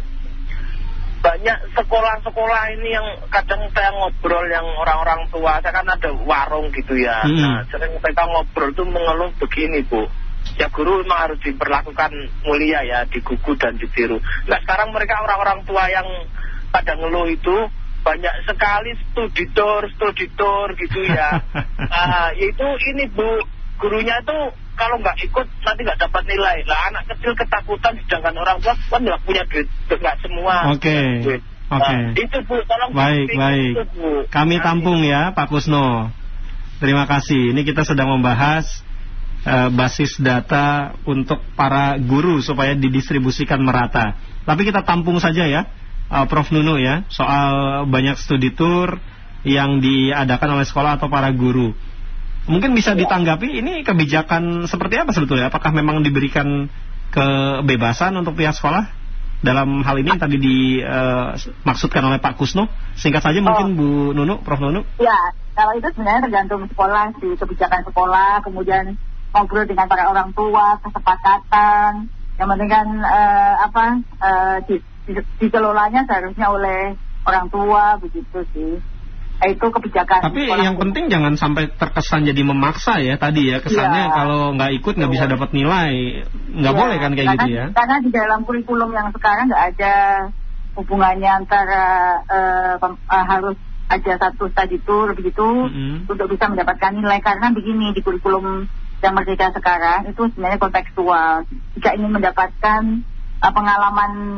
Banyak sekolah-sekolah ini yang kadang saya ngobrol yang orang-orang tua, saya kan ada warung gitu ya. Hmm. Nah, sering mereka ngobrol tuh mengeluh begini Bu. Ya guru memang harus diperlakukan mulia ya, digugu dan ditiru. Nah sekarang mereka orang-orang tua yang pada ngeluh itu banyak sekali studi tour, studi tour gitu ya. Nah, yaitu ini Bu, gurunya tuh kalau nggak ikut nanti nggak dapat nilai. Lah anak kecil ketakutan, sedangkan orang tua kan nggak punya duit, nggak semua. Oke, okay. oke. Okay. Nah, itu Bu, tolong. Baik, baik. Itu, Bu. Kami tampung ya, Pak Kusno. Terima kasih. Ini kita sedang membahas uh, basis data untuk para guru supaya didistribusikan merata. Tapi kita tampung saja ya, uh, Prof Nunu ya, soal banyak studi tour yang diadakan oleh sekolah atau para guru. Mungkin bisa ditanggapi ini kebijakan seperti apa sebetulnya? Apakah memang diberikan kebebasan untuk pihak sekolah dalam hal ini yang tadi dimaksudkan uh, oleh Pak Kusno? Singkat saja mungkin oh. Bu Nunu, Prof Nunu. Ya, kalau itu sebenarnya tergantung sekolah, di kebijakan sekolah, kemudian ngobrol dengan para orang tua, kesepakatan. Yang penting kan uh, apa uh, di, di, dikelolanya seharusnya oleh orang tua begitu sih. Itu kebijakan. Tapi yang itu penting jangan sampai terkesan jadi memaksa ya tadi ya, kesannya ya. Kalau nggak ikut nggak bisa dapat nilai, nggak ya. Boleh kan kayak karena, gitu ya? Karena di dalam kurikulum yang sekarang nggak ada hubungannya antara uh, pem, uh, harus ada satu study tour begitu mm-hmm. untuk bisa mendapatkan nilai, karena begini di kurikulum yang Merdeka sekarang itu sebenarnya kontekstual. Jika ingin mendapatkan uh, pengalaman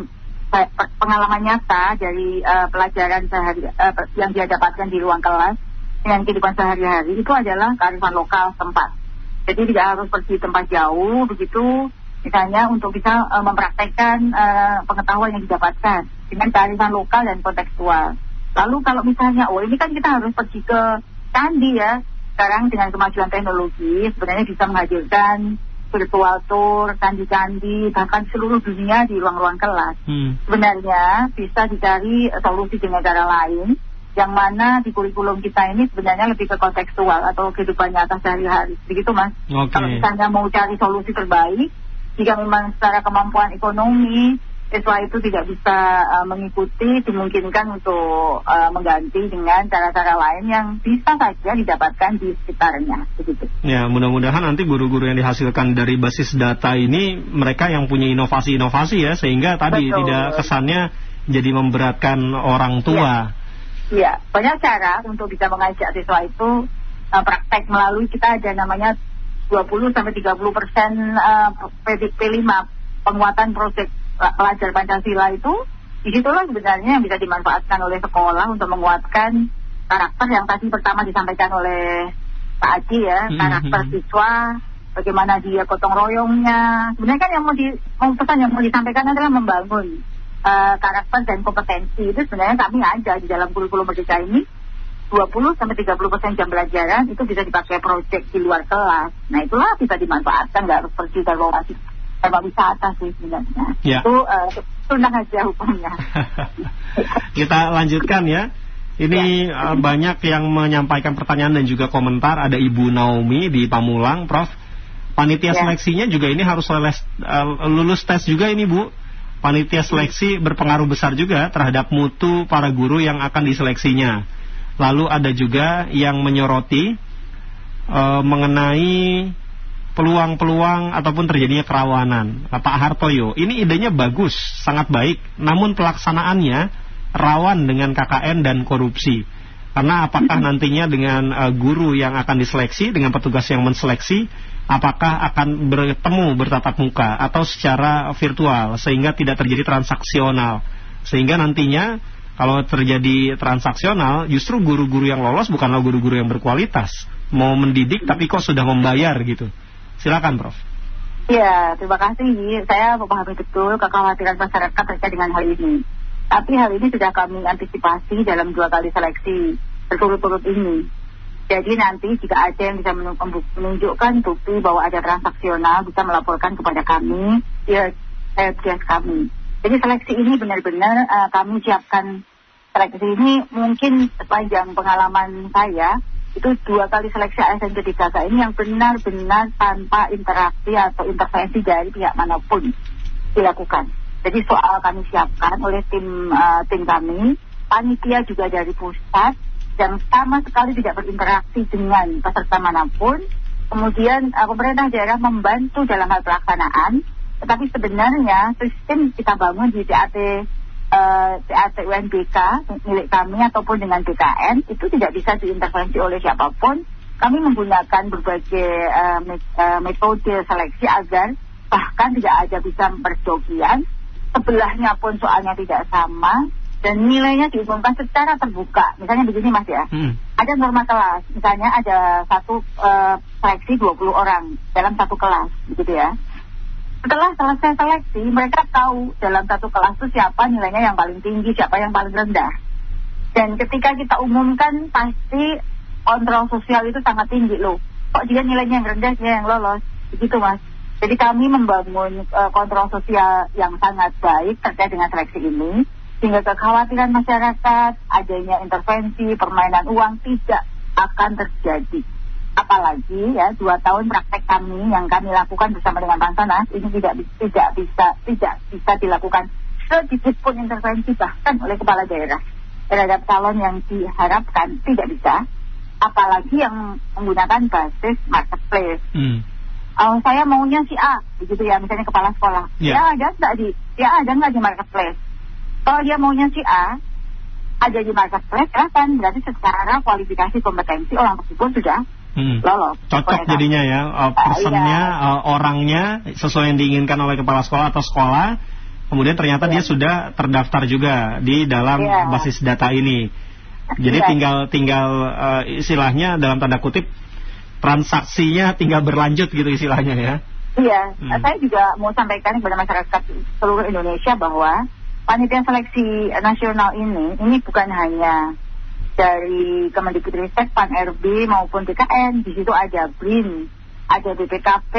pengalaman nyata dari uh, pelajaran sehari uh, yang dia dapatkan di ruang kelas dengan kehidupan sehari-hari itu adalah kearifan lokal tempat. Jadi tidak harus pergi tempat jauh begitu, misalnya untuk bisa uh, mempraktekkan uh, pengetahuan yang didapatkan dengan kearifan lokal dan kontekstual. Lalu kalau misalnya, oh ini kan kita harus pergi ke candi ya, sekarang dengan kemajuan teknologi sebenarnya bisa menghadirkan virtual tour, candi-candi, bahkan seluruh dunia di ruang-ruang kelas. Hmm. Sebenarnya bisa dicari solusi dengan cara lain, yang mana di kurikulum kita ini sebenarnya lebih ke kontekstual atau kehidupan nyata sehari-hari. Begitu Mas. Okay. Kalau misalnya mau cari solusi terbaik, jika memang secara kemampuan ekonomi, siswa itu tidak bisa uh, mengikuti, dimungkinkan untuk uh, mengganti dengan cara-cara lain yang bisa saja didapatkan di sekitarnya, begitu. Ya, mudah-mudahan nanti guru-guru yang dihasilkan dari basis data ini mereka yang punya inovasi-inovasi ya, sehingga tadi Betul. tidak kesannya jadi memberatkan orang tua. Iya, ya, banyak cara untuk bisa mengajak siswa itu uh, praktek melalui kita ada namanya dua puluh sampai tiga puluh persen uh, P lima penguatan proyek pelajar Pancasila itu, disitulah sebenarnya yang bisa dimanfaatkan oleh sekolah untuk menguatkan karakter yang tadi pertama disampaikan oleh Pak Aji ya, mm-hmm. karakter siswa, bagaimana dia gotong royongnya. Sebenarnya kan yang mau, di, mau pesan yang mau disampaikan adalah membangun uh, karakter dan kompetensi. Itu sebenarnya kami ada di dalam kurikulum Merdeka ini, dua puluh sampai tiga puluh persen jam pelajaran itu bisa dipakai proyek di luar kelas. Nah itulah bisa dimanfaatkan, nggak harus pergi ke lokasi tema wisata sih sebenarnya. Ya. Itu uh, tunang aja hukumnya. Kita lanjutkan ya. Ini ya. uh, banyak yang menyampaikan pertanyaan dan juga komentar. Ada Ibu Naomi di Pamulang, Prof. Panitia ya. seleksinya juga ini harus lulus, uh, lulus tes juga ini Bu. Panitia seleksi berpengaruh besar juga terhadap mutu para guru yang akan diseleksinya. Lalu ada juga yang menyoroti uh, mengenai peluang-peluang ataupun terjadinya kerawanan. Pak Hartoyo, ini idenya bagus, sangat baik, namun pelaksanaannya rawan dengan K K N dan korupsi. Karena apakah nantinya dengan uh, guru yang akan diseleksi, dengan petugas yang menseleksi, apakah akan bertemu bertatap muka atau secara virtual sehingga tidak terjadi transaksional. Sehingga nantinya kalau terjadi transaksional, justru guru-guru yang lolos bukanlah guru-guru yang berkualitas. Mau mendidik tapi kok sudah membayar gitu. Silakan, Prof. Ya, terima kasih. Saya memahami betul kekhawatiran masyarakat terkait dengan hal ini. Tapi hal ini sudah kami antisipasi dalam dua kali seleksi berturut-turut ini. Jadi nanti jika ada yang bisa menunjukkan bukti bahwa ada transaksional, bisa melaporkan kepada kami, ya, eh, tugas kami. Jadi seleksi ini benar-benar uh, kami siapkan. Seleksi ini mungkin sepanjang pengalaman saya, itu dua kali seleksi A S N P tiga K ini yang benar-benar tanpa interaksi atau intervensi dari pihak manapun dilakukan. Jadi soal kami siapkan oleh tim uh, tim kami, panitia juga dari pusat yang sama sekali tidak berinteraksi dengan peserta manapun. Kemudian uh, pemerintah daerah membantu dalam hal pelaksanaan, tetapi sebenarnya sistem kita bangun di T A T Uh, T A T U N B K milik kami ataupun dengan B K N itu tidak bisa diintervensi oleh siapapun. Kami menggunakan berbagai uh, metode seleksi agar bahkan tidak ada bisa perjogian, sebelahnya pun soalnya tidak sama dan nilainya diumumkan secara terbuka. Misalnya begini Mas ya, hmm. ada norma kelas, misalnya ada satu uh, seleksi dua puluh orang dalam satu kelas gitu ya. Setelah selesai seleksi, mereka tahu dalam satu kelas itu siapa nilainya yang paling tinggi, siapa yang paling rendah. Dan ketika kita umumkan, pasti kontrol sosial itu sangat tinggi loh. Kok dia nilainya yang rendah, dia yang lolos. Begitu Mas. Jadi kami membangun uh, kontrol sosial yang sangat baik terkait dengan seleksi ini, sehingga kekhawatiran masyarakat, adanya intervensi, permainan uang tidak akan terjadi. Apalagi ya dua tahun praktek kami yang kami lakukan bersama dengan Pansanas ini tidak tidak bisa tidak bisa dilakukan sedikit pun intervensi bahkan oleh kepala daerah terhadap calon yang diharapkan, tidak bisa. Apalagi yang menggunakan basis marketplace. Hmm. Oh, saya maunya si A, begitu ya, misalnya kepala sekolah. Yeah. Ya ada nggak di, ya ada nggak di marketplace. Kalau dia maunya si A, ada di marketplace, kan berarti secara kualifikasi kompetensi orang tersebut sudah Hmm. lolos. Cocok jadinya ya, uh, personnya, uh, iya. uh, orangnya sesuai yang diinginkan oleh kepala sekolah atau sekolah, kemudian ternyata ya. dia sudah terdaftar juga di dalam ya. basis data ini. Jadi ya. tinggal tinggal uh, istilahnya dalam tanda kutip transaksinya tinggal berlanjut gitu istilahnya ya. Iya, hmm. saya juga mau sampaikan kepada masyarakat seluruh Indonesia bahwa panitia seleksi nasional ini, ini bukan hanya dari Kemendikbudristek, Pan R B maupun B K N, di situ ada B R I N, ada B P K P,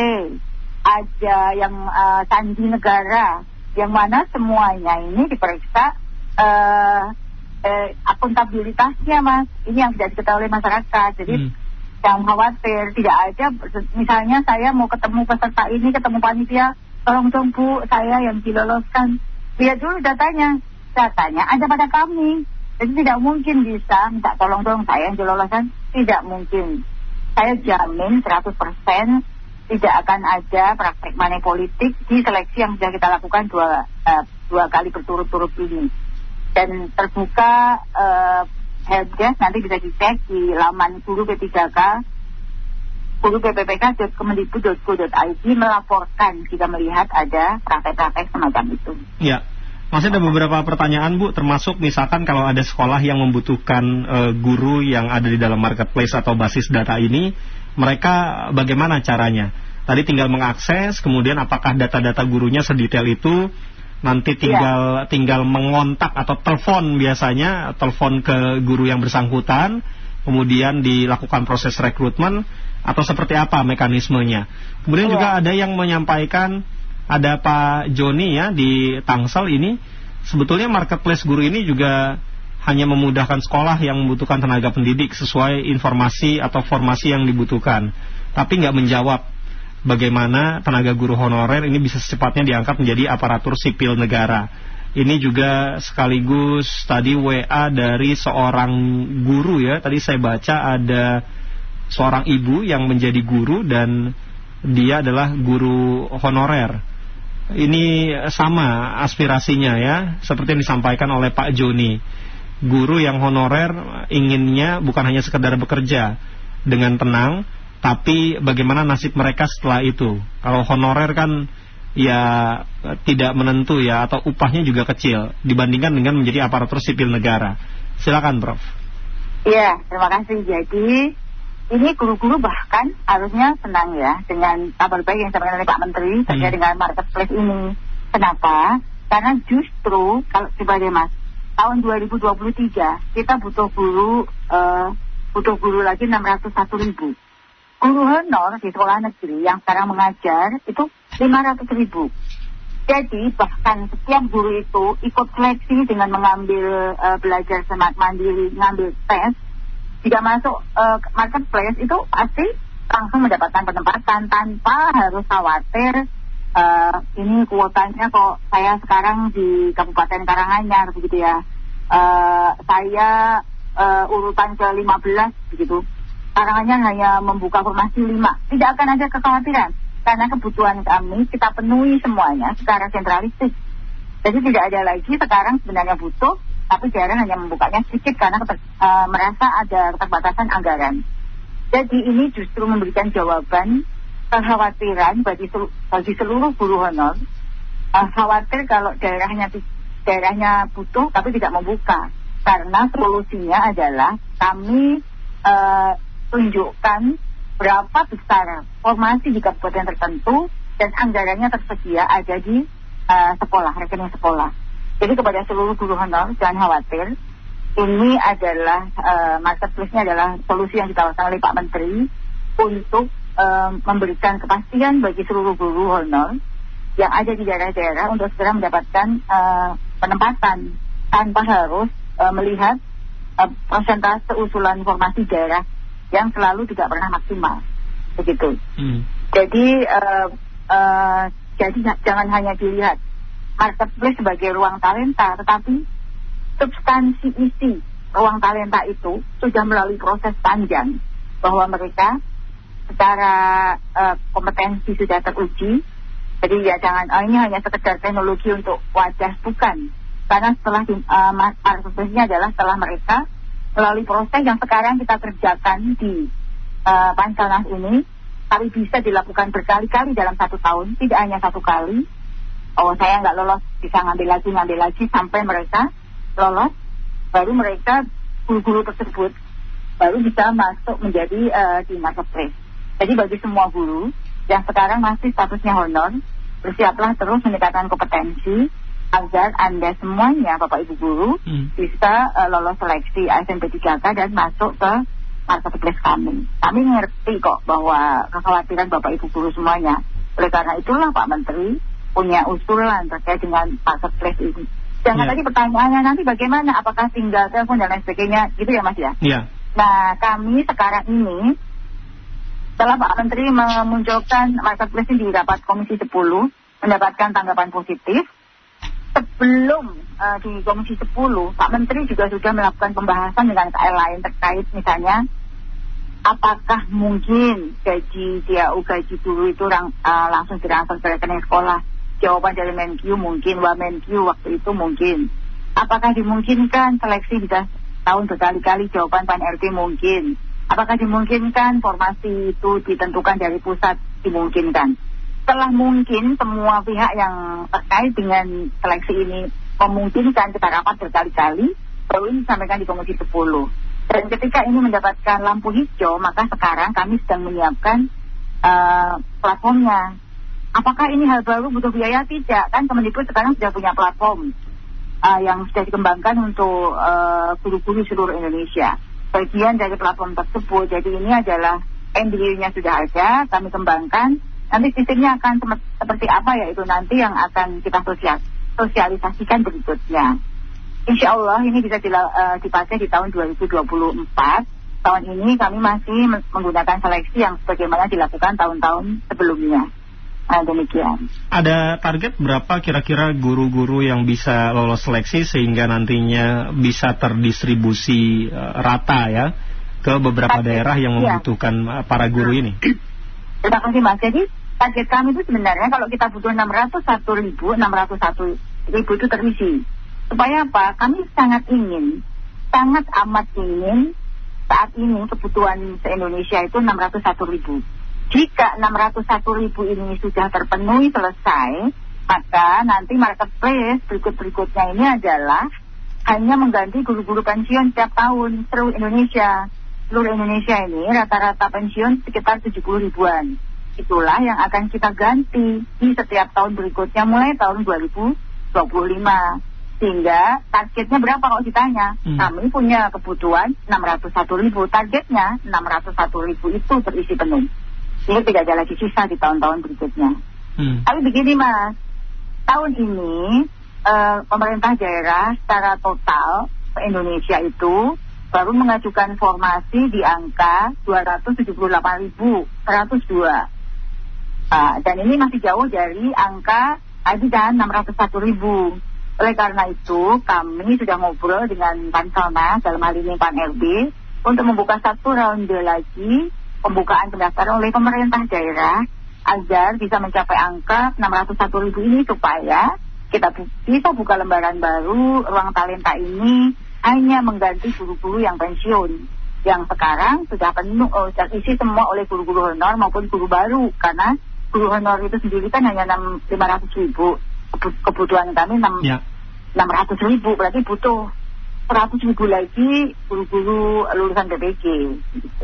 ada yang uh, Sandi Negara, yang mana semuanya ini diperiksa uh, uh, akuntabilitasnya, Mas. Ini yang tidak diketahui oleh masyarakat. Jadi hmm. jangan khawatir, tidak ada. Misalnya saya mau ketemu peserta ini, ketemu panitia, tolong dong Bu, saya yang diloloskan. Lihat dulu datanya, datanya ada pada kami. Jadi tidak mungkin bisa minta tolong dong saya yang diloloskan, tidak mungkin. Saya jamin seratus persen tidak akan ada praktek money politik di seleksi yang sudah kita lakukan dua, uh, dua kali berturut-turut ini. Dan terbuka uh, helpdesk, nanti bisa dicek di laman guru P tiga K, guru p p p k dot kemendikbud dot go dot i d, melaporkan jika melihat ada praktek-praktek semacam itu. Ya. Masih ada beberapa pertanyaan Bu, termasuk misalkan kalau ada sekolah yang membutuhkan uh, guru yang ada di dalam marketplace atau basis data ini, mereka bagaimana caranya? Tadi tinggal mengakses, kemudian apakah data-data gurunya sedetail itu, nanti tinggal ya. tinggal mengontak atau telepon biasanya, telepon ke guru yang bersangkutan, kemudian dilakukan proses rekrutmen, atau seperti apa mekanismenya? Kemudian ya. juga ada yang menyampaikan, ada Pak Joni ya di Tangsel ini, sebetulnya marketplace guru ini juga hanya memudahkan sekolah yang membutuhkan tenaga pendidik sesuai informasi atau formasi yang dibutuhkan, tapi nggak menjawab bagaimana tenaga guru honorer ini bisa secepatnya diangkat menjadi aparatur sipil negara. Ini juga sekaligus tadi W A dari seorang guru ya, tadi saya baca ada seorang ibu yang menjadi guru dan dia adalah guru honorer. Ini sama aspirasinya ya, seperti yang disampaikan oleh Pak Joni. Guru yang honorer inginnya bukan hanya sekedar bekerja dengan tenang, tapi bagaimana nasib mereka setelah itu. Kalau honorer kan ya tidak menentu ya, atau upahnya juga kecil dibandingkan dengan menjadi aparatur sipil negara. Silakan Prof. Iya, terima kasih. Jadi ini guru-guru bahkan harusnya senang ya dengan kabar baik yang disampaikan oleh Pak Menteri terkait hmm. dengan marketplace ini. Kenapa? Karena justru kalau coba deh Mas, tahun dua ribu dua puluh tiga kita butuh guru uh, butuh guru lagi enam ratus satu ribu. Guru honor di sekolah negeri yang sekarang mengajar itu lima ratus ribu. Jadi bahkan setiap guru itu ikut seleksi dengan mengambil uh, belajar smart mandiri, ngambil tes. Jika masuk uh, marketplace itu pasti langsung mendapatkan penempatan tanpa harus khawatir uh, ini kuotanya kok saya sekarang di Kabupaten Karanganyar begitu ya, uh, saya uh, urutan ke lima belas begitu, Karanganyar hanya membuka formasi lima. Tidak akan ada kekhawatiran karena kebutuhan kami kita penuhi semuanya secara sentralistis. Jadi tidak ada lagi sekarang sebenarnya butuh, tapi daerah hanya membukanya sedikit karena keter, uh, merasa ada keterbatasan anggaran. Jadi ini justru memberikan jawaban kekhawatiran bagi, selu, bagi seluruh guru honor. Uh, khawatir kalau daerahnya daerahnya butuh tapi tidak membuka. Karena solusinya adalah kami uh, tunjukkan berapa besar formasi di kabupaten tertentu dan anggarannya tersedia ada di uh, sekolah, rekening sekolah. Jadi kepada seluruh guru honor, jangan khawatir. Ini adalah, uh, marketplace-nya adalah solusi yang ditawarkan oleh Pak Menteri untuk uh, memberikan kepastian bagi seluruh guru honor yang ada di daerah-daerah untuk segera mendapatkan uh, penempatan tanpa harus uh, melihat uh, persentase usulan formasi daerah yang selalu tidak pernah maksimal. Begitu. Hmm. Jadi, uh, uh, jadi jangan hanya dilihat marketplace sebagai ruang talenta, tetapi substansi isi ruang talenta itu sudah melalui proses panjang bahwa mereka secara uh, kompetensi sudah teruji. Jadi ya jangan, oh ini hanya sekedar teknologi untuk wajah, bukan. Karena setelah uh, marketplace-nya adalah setelah mereka melalui proses yang sekarang kita kerjakan di uh, Panselnas ini, tapi bisa dilakukan berkali-kali dalam satu tahun, tidak hanya satu kali. Oh saya nggak lolos bisa ngambil lagi, ngambil lagi sampai mereka lolos, baru mereka guru-guru tersebut baru bisa masuk menjadi uh, di marketplace. Jadi bagi semua guru yang sekarang masih statusnya honor, bersiaplah terus meningkatkan kompetensi agar Anda semuanya, Bapak Ibu guru, hmm. bisa uh, lolos seleksi A S N P tiga K dan masuk ke marketplace kami. Kami ngerti kok bahwa kekhawatiran Bapak Ibu guru semuanya. Oleh karena itulah Pak Menteri punya usulan terkait dengan marketplace ini. Jangan yeah. tadi pertanyaannya nanti bagaimana, apakah tinggal telepon dan lain sebagainya, gitu ya Mas ya? Iya. Yeah. Nah, kami sekarang ini setelah Pak Menteri memunculkan marketplace ini di rapat Komisi sepuluh, mendapatkan tanggapan positif. Sebelum uh, di Komisi sepuluh, Pak Menteri juga sudah melakukan pembahasan dengan K L lain terkait misalnya apakah mungkin gaji D A U, gaji guru itu rang, uh, langsung ditransfer ke rekening sekolah. Jawaban dari Menkyu mungkin, Wamenkyu waktu itu mungkin. Apakah dimungkinkan seleksi bisa tahun berkali-kali? Jawaban Pan R T mungkin. Apakah dimungkinkan formasi itu ditentukan dari pusat? Dimungkinkan. Setelah mungkin semua pihak yang terkait dengan seleksi ini memungkinkan, kita rapat berkali-kali, baru ini disampaikan di Komisi sepuluh. Dan ketika ini mendapatkan lampu hijau, maka sekarang kami sedang menyiapkan uh, platformnya. Apakah ini hal baru, butuh biaya? Tidak. Kan Kemendikbud sekarang sudah punya platform uh, yang sudah dikembangkan untuk uh, guru-guru seluruh Indonesia. Bagian dari platform tersebut, jadi ini adalah embrionya sudah ada, kami kembangkan. Nanti sistemnya akan sem- seperti apa ya, itu nanti yang akan kita sosial- sosialisasikan berikutnya. Insya Allah ini bisa dila- uh, dipakai di tahun dua ribu dua puluh empat. Tahun ini kami masih menggunakan seleksi yang sebagaimana dilakukan tahun-tahun sebelumnya. Nah, demikian. Ada target berapa kira-kira guru-guru yang bisa lolos seleksi sehingga nantinya bisa terdistribusi uh, rata ya ke beberapa target, daerah yang membutuhkan ya. para guru ini? Terima kasih Mas. Jadi target kami itu sebenarnya kalau kita butuh enam ratus satu ribu, enam ratus satu ribu itu terisi. Supaya apa? Kami sangat ingin, sangat amat ingin saat ini kebutuhan se-Indonesia itu enam ratus satu ribu. Jika enam ratus satu ribu ini sudah terpenuhi selesai, maka nanti marketplace berikut-berikutnya ini adalah hanya mengganti guru-guru pensiun setiap tahun seluruh Indonesia. Seluruh Indonesia ini rata-rata pensiun sekitar tujuh puluh ribuan. Itulah yang akan kita ganti di setiap tahun berikutnya mulai tahun dua ribu dua puluh lima. Sehingga targetnya berapa kalau ditanya? Hmm. Kami punya kebutuhan enam ratus satu ribu. Targetnya enam ratus satu ribu itu terisi penuh. Ini tidak ada lagi sisa di tahun-tahun berikutnya. Hmm. Tapi begini Mas, tahun ini uh, pemerintah daerah secara total Indonesia itu baru mengajukan formasi di angka dua ratus tujuh puluh delapan ribu seratus dua. Uh, dan ini masih jauh dari angka tadi dan enam ratus satu ribu. Oleh karena itu kami sudah ngobrol dengan Panselnas, dalam hal ini Pan R B, untuk membuka satu ronde lagi pembukaan pendaftaran oleh pemerintah daerah agar bisa mencapai angka enam ratus satu ribu ini supaya kita bu- bisa buka lembaran baru. Ruang talenta ini hanya mengganti guru-guru yang pensiun yang sekarang sudah penuh, oh, terisi semua oleh guru-guru honor maupun guru baru, karena guru honor itu sendiri kan hanya lima ratus ribu, kebutuhan kami enam ratus ribu, berarti butuh seratus ribu lagi guru-guru lulusan B P J gitu.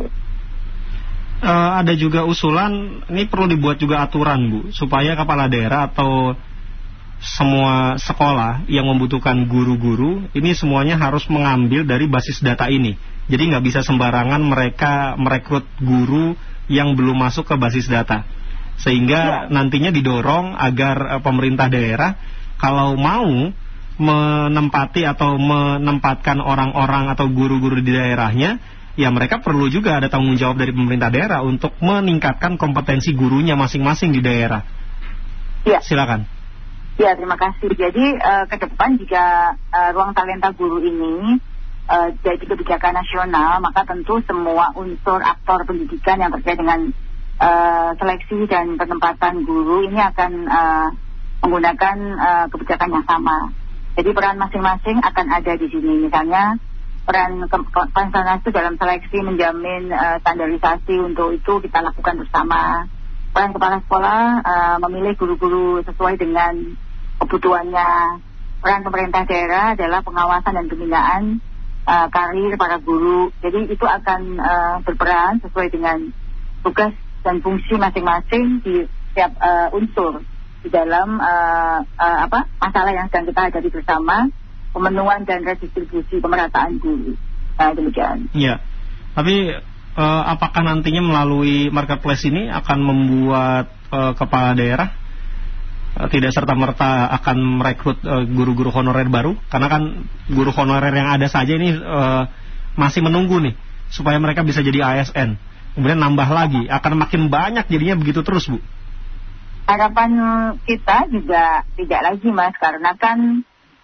Uh, ada juga usulan, ini perlu dibuat juga aturan Bu, supaya kepala daerah atau semua sekolah yang membutuhkan guru-guru ini semuanya harus mengambil dari basis data ini. Jadi nggak bisa sembarangan mereka merekrut guru yang belum masuk ke basis data. Sehingga ya. nantinya didorong agar uh, pemerintah daerah kalau mau menempati atau menempatkan orang-orang atau guru-guru di daerahnya, ya mereka perlu juga ada tanggung jawab dari pemerintah daerah untuk meningkatkan kompetensi gurunya masing-masing di daerah. Ya. Silakan. Ya, terima kasih. Jadi uh, ke depan jika uh, ruang talenta guru ini uh, jadi kebijakan nasional, maka tentu semua unsur aktor pendidikan yang terkait dengan uh, seleksi dan penempatan guru ini akan uh, menggunakan uh, kebijakan yang sama. Jadi peran masing-masing akan ada di sini. Misalnya peran Panselnas itu dalam seleksi menjamin uh, standarisasi, untuk itu kita lakukan bersama. Peran kepala sekolah uh, memilih guru-guru sesuai dengan kebutuhannya peran pemerintah daerah adalah pengawasan dan pembinaan uh, karir para guru. Jadi itu akan uh, berperan sesuai dengan tugas dan fungsi masing-masing di setiap uh, unsur di dalam uh, uh, apa masalah yang sedang kita hadapi bersama, pemenuhan dan redistribusi pemerataan guru. Nah, demikian. Ya, tapi uh, apakah nantinya melalui marketplace ini akan membuat uh, kepala daerah uh, tidak serta-merta akan merekrut uh, guru-guru honorer baru? Karena kan guru honorer yang ada saja ini uh, masih menunggu nih supaya mereka bisa jadi A S N. Kemudian nambah lagi, akan makin banyak jadinya begitu terus, Bu. Harapan kita juga tidak lagi, Mas, karena kan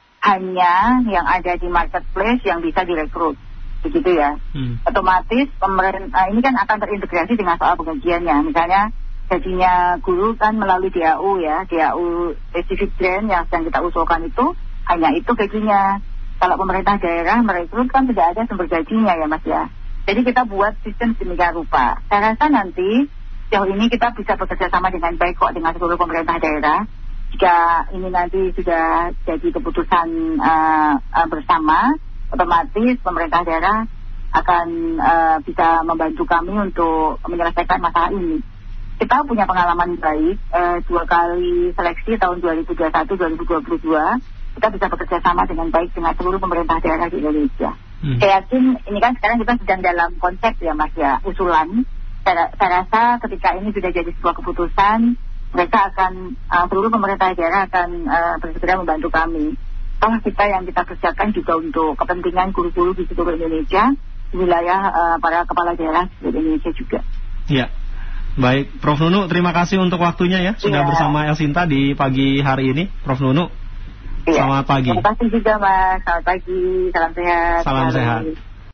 hanya yang ada di marketplace yang bisa direkrut. Begitu ya, hmm. otomatis pemerintah ini kan akan terintegrasi dengan soal penggajiannya. Misalnya gajinya guru kan melalui D A U ya, D A U specific grant yang sedang kita usulkan itu hanya itu gajinya. Kalau pemerintah daerah merekrut kan tidak ada sumber gajinya ya Mas ya. Jadi kita buat sistem sedemikian rupa. Saya rasa nanti sejauh ini kita bisa bekerja sama dengan baik kok dengan seluruh pemerintah daerah. Jika ini nanti sudah jadi keputusan uh, uh, bersama, otomatis pemerintah daerah akan uh, bisa membantu kami untuk menyelesaikan masalah ini. Kita punya pengalaman baik, uh, dua kali seleksi tahun dua ribu dua puluh satu dua ribu dua puluh dua, kita bisa bekerja sama dengan baik dengan seluruh pemerintah daerah di Indonesia. Hmm. Saya yakin ini kan sekarang kita sedang dalam konsep ya Mas ya, usulan. Saya, saya rasa ketika ini sudah jadi sebuah keputusan, mereka akan, uh, seluruh pemerintah daerah akan uh, bersegera membantu kami. Toh kita yang kita kerjakan juga untuk kepentingan guru-guru di seluruh Indonesia, di wilayah uh, para kepala daerah di Indonesia juga. Ya, baik, Prof Nunu, terima kasih untuk waktunya ya, sudah ya. bersama Elsinta di pagi hari ini, Prof Nunu. Ya. Selamat pagi. Terima kasih juga Mas, selamat pagi, salam sehat. Salam sehat.